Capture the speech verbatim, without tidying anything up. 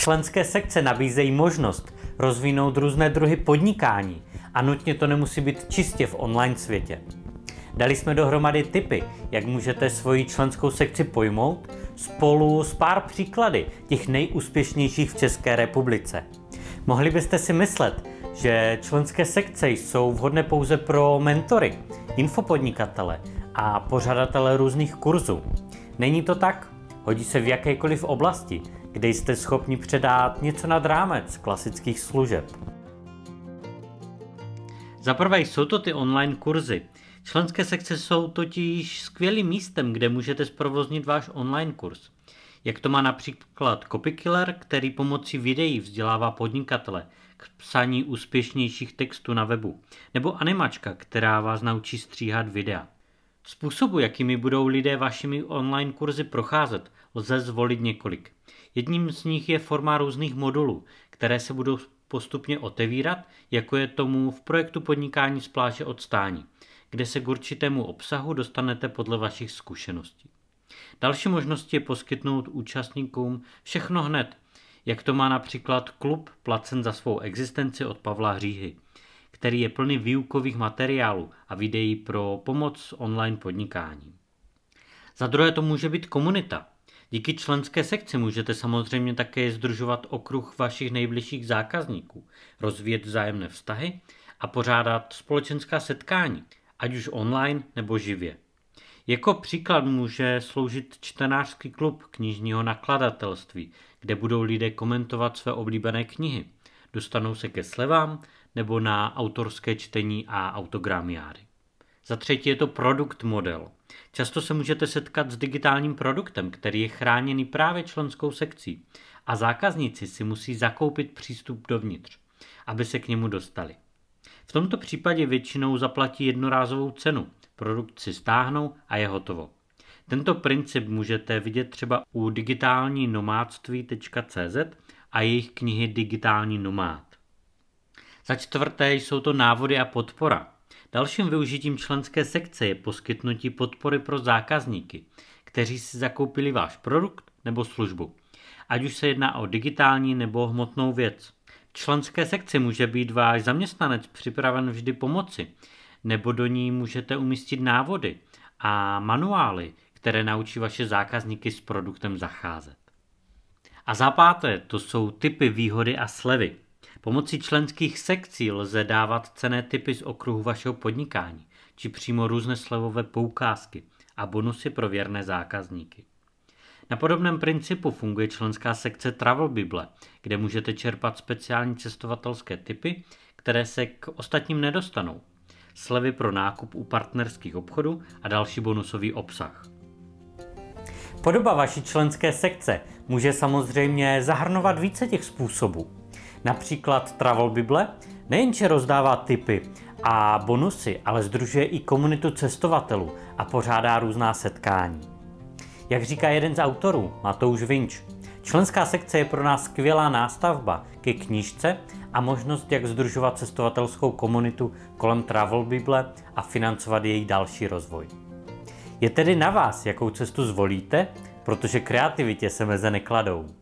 Členské sekce nabízejí možnost rozvinout různé druhy podnikání a nutně to nemusí být čistě v online světě. Dali jsme dohromady tipy, jak můžete svoji členskou sekci pojmout, spolu s pár příklady těch nejúspěšnějších v České republice. Mohli byste si myslet, že členské sekce jsou vhodné pouze pro mentory, infopodnikatele a pořadatele různých kurzů. Není to tak? Hodí se v jakékoliv oblasti, kde jste schopni předat něco nad rámec klasických služeb. Za prvé jsou to ty online kurzy. Členské sekce jsou totiž skvělým místem, kde můžete zprovoznit váš online kurz. Jak to má například Copykiller, který pomocí videí vzdělává podnikatele k psaní úspěšnějších textů na webu, nebo Animačka, která vás naučí stříhat videa. Způsobu, jakými budou lidé vašimi online kurzy procházet, lze zvolit několik. Jedním z nich je forma různých modulů, které se budou postupně otevírat, jako je tomu v projektu Podnikání z pláže od stání, kde se k určitému obsahu dostanete podle vašich zkušeností. Další možností je poskytnout účastníkům všechno hned, jak to má například klub placen za svou existenci od Pavla Hříhy, který je plný výukových materiálů a videí pro pomoc s online podnikáním. Za druhé to může být komunita. Díky členské sekci můžete samozřejmě také sdružovat okruh vašich nejbližších zákazníků, rozvíjet vzájemné vztahy a pořádat společenská setkání, ať už online nebo živě. Jako příklad může sloužit čtenářský klub knižního nakladatelství, kde budou lidé komentovat své oblíbené knihy, dostanou se ke slevám nebo na autorské čtení a autogramiády. Za třetí je to produkt model. Často se můžete setkat s digitálním produktem, který je chráněný právě členskou sekcí a zákazníci si musí zakoupit přístup dovnitř, aby se k němu dostali. V tomto případě většinou zaplatí jednorázovou cenu, produkt si stáhnou a je hotovo. Tento princip můžete vidět třeba u digitální nomádství tečka cé zet a jejich knihy Digitální nomád. Za čtvrté jsou to návody a podpora. Dalším využitím členské sekce je poskytnutí podpory pro zákazníky, kteří si zakoupili váš produkt nebo službu, ať už se jedná o digitální nebo hmotnou věc. V členské sekci může být váš zaměstnanec připraven vždy pomoci, nebo do ní můžete umístit návody a manuály, které naučí vaše zákazníky s produktem zacházet. A za páté, to jsou tipy, výhody a slevy. Pomocí členských sekcí lze dávat cenné tipy z okruhu vašeho podnikání, či přímo různé slevové poukázky a bonusy pro věrné zákazníky. Na podobném principu funguje členská sekce Travel Bible, kde můžete čerpat speciální cestovatelské tipy, které se k ostatním nedostanou, slevy pro nákup u partnerských obchodů a další bonusový obsah. Podoba vaší členské sekce může samozřejmě zahrnovat více těch způsobů. Například Travel Bible nejenže rozdává tipy a bonusy, ale sdružuje i komunitu cestovatelů a pořádá různá setkání. Jak říká jeden z autorů, Matouš Vinč, členská sekce je pro nás skvělá nástavba ke knížce a možnost, jak sdružovat cestovatelskou komunitu kolem Travel Bible a financovat její další rozvoj. Je tedy na vás, jakou cestu zvolíte, protože kreativitě se meze nekladou.